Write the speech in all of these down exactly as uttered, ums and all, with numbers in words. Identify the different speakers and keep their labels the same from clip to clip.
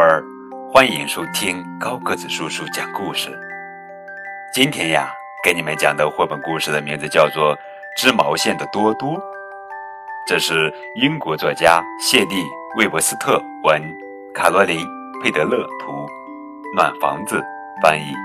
Speaker 1: 贝儿，欢迎收听高个子叔叔讲故事。今天呀，给你们讲的绘本故事的名字叫做《织毛线的多多》，这是英国作家谢利·魏伯斯特文，卡罗琳·佩德勒图，暖房子翻译。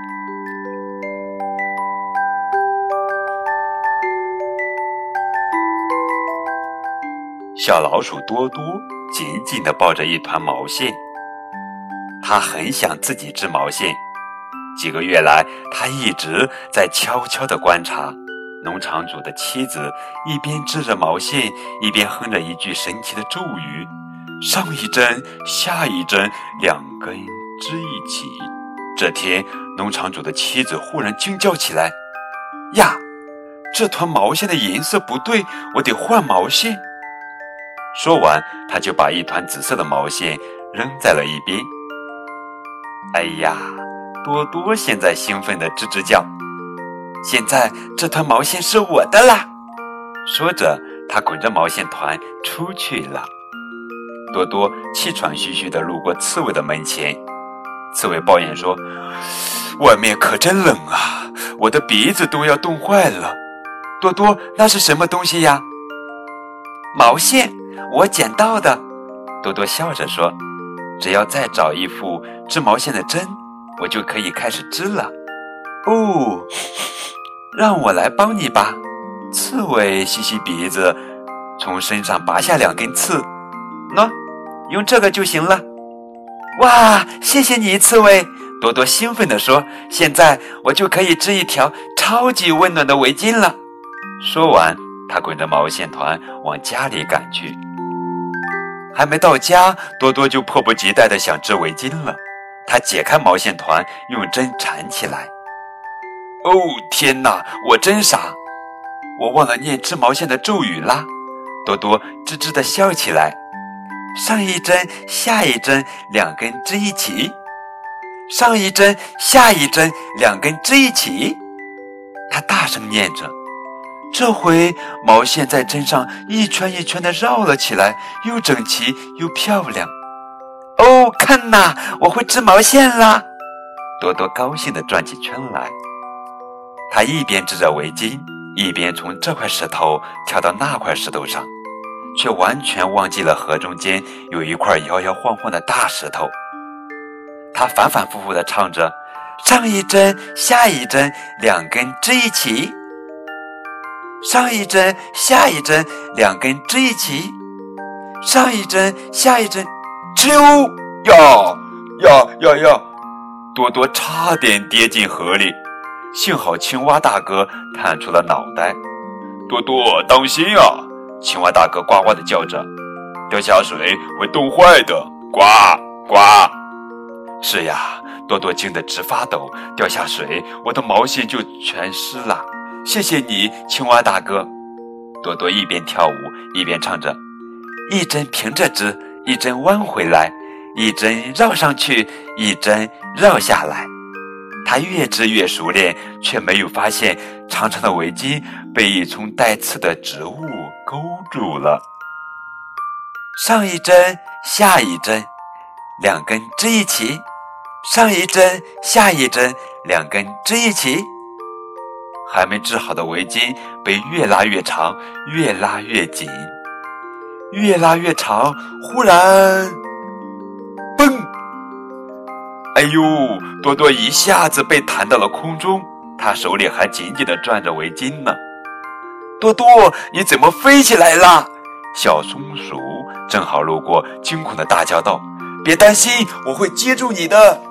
Speaker 1: 小老鼠多多紧紧地抱着一团毛线，它很想自己织毛线。几个月来，它一直在悄悄地观察农场主的妻子，一边织着毛线，一边哼着一句神奇的咒语：上一针，下一针，两根织一起。这天，农场主的妻子忽然惊叫起来：呀，这团毛线的颜色不对，我得换毛线。说完，他就把一团紫色的毛线扔在了一边。哎呀，多多现在兴奋地吱吱叫，现在这团毛线是我的啦！说着，他滚着毛线团出去了。多多气喘吁吁地路过刺猬的门前，刺猬抱怨说：外面可真冷啊，我的鼻子都要冻坏了。多多，那是什么东西呀？毛线，我捡到的。多多笑着说，只要再找一副织毛线的针，我就可以开始织了。哦，让我来帮你吧。刺猬吸吸鼻子，从身上拔下两根刺。喏，用这个就行了。哇，谢谢你，刺猬。多多兴奋地说，现在我就可以织一条超级温暖的围巾了。说完，他滚着毛线团往家里赶去。还没到家，多多就迫不及待地想织围巾了。他解开毛线团，用针缠起来。哦，天哪，我真傻，我忘了念织毛线的咒语啦。多多吱吱地笑起来。上一针，下一针，两根织一起。上一针，下一针，两根织一起。他大声念着。这回毛线在针上一圈一圈地绕了起来，又整齐又漂亮。哦，看哪，我会织毛线啦！多多高兴地转起圈来。他一边织着围巾，一边从这块石头跳到那块石头上，却完全忘记了河中间有一块摇摇晃晃的大石头。他反反复复地唱着：上一针，下一针，两根织一起。上一针，下一针，两根织一起。上一针，下一针，啾呀呀呀呀！多多差点跌进河里，幸好青蛙大哥探出了脑袋。多多，当心啊！青蛙大哥呱呱地叫着，掉下水会冻坏的，呱呱！是呀，多多惊得直发抖，掉下水，我的毛线就全湿了。谢谢你，青蛙大哥。多多一边跳舞一边唱着：一针平着织，一针弯回来，一针绕上去，一针绕下来。他越织越熟练，却没有发现长长的围巾被一丛带刺的植物勾住了。上一针，下一针，两根织一起。上一针，下一针，两根织一起。还没织好的围巾被越拉越长，越拉越紧，越拉越长，忽然嘣！哎呦，多多一下子被弹到了空中，他手里还紧紧地攥着围巾呢。多多，你怎么飞起来了？小松鼠正好路过，惊恐地大叫道：别担心，我会接住你的。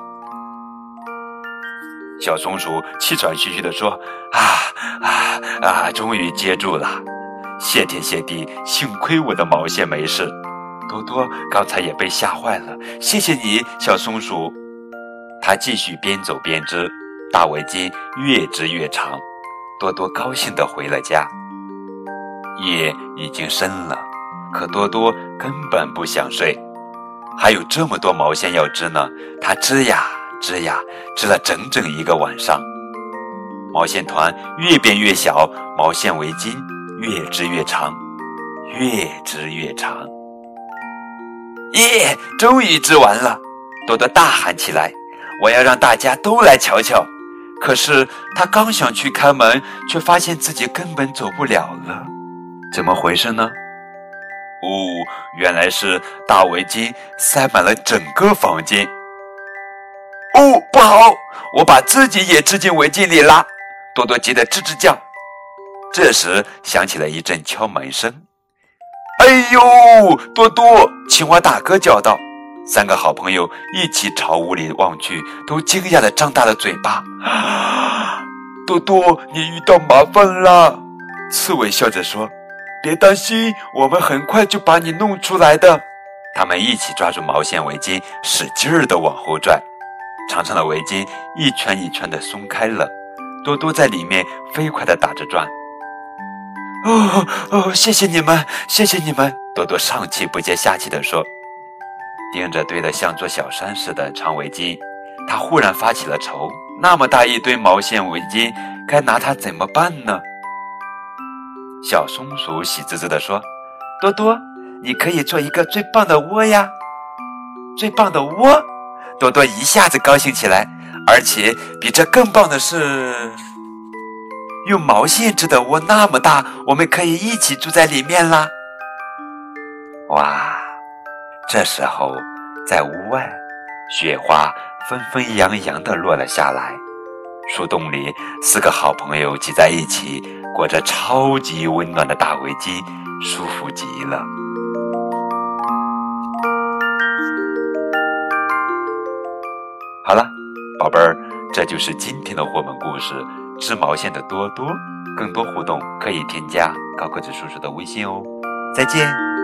Speaker 1: 小松鼠气喘吁吁地说：啊啊啊！终于接住了，谢天谢地，幸亏我的毛线没事。多多刚才也被吓坏了，谢谢你，小松鼠。他继续边走边织，大围巾越织越长。多多高兴地回了家。夜已经深了，可多多根本不想睡，还有这么多毛线要织呢。他织呀织呀，织了整整一个晚上。毛线团越变越小，毛线围巾越织越长，越织越长。耶，终于织完了！ 多多大喊起来，我要让大家都来瞧瞧。可是他刚想去开门，却发现自己根本走不了了。怎么回事呢？哦，原来是大围巾塞满了整个房间。哦，不好，我把自己也织进围巾里啦！多多急得吱吱叫。这时响起了一阵敲门声。哎呦，多多！青蛙大哥叫道。三个好朋友一起朝屋里望去，都惊讶地张大了嘴巴。啊，多多，你遇到麻烦了！刺猬笑着说。别担心，我们很快就把你弄出来的。他们一起抓住毛线围巾，使劲儿地往后拽。长长的围巾一圈一圈地松开了，多多在里面飞快地打着转。哦哦，谢谢你们，谢谢你们！多多上气不接下气地说。盯着堆得像座小山似的长围巾，他忽然发起了愁，那么大一堆毛线围巾，该拿它怎么办呢？小松鼠喜滋滋地说，多多，你可以做一个最棒的窝呀！最棒的窝！多多一下子高兴起来，而且比这更棒的是，用毛线织的窝那么大，我们可以一起住在里面啦！哇！这时候，在屋外，雪花纷纷扬扬地落了下来。树洞里，四个好朋友挤在一起，裹着超级温暖的大围巾，舒服极了。好了，宝贝儿，这就是今天的绘本故事《织毛线的多多》。更多互动可以添加高个子叔叔的微信哦。再见。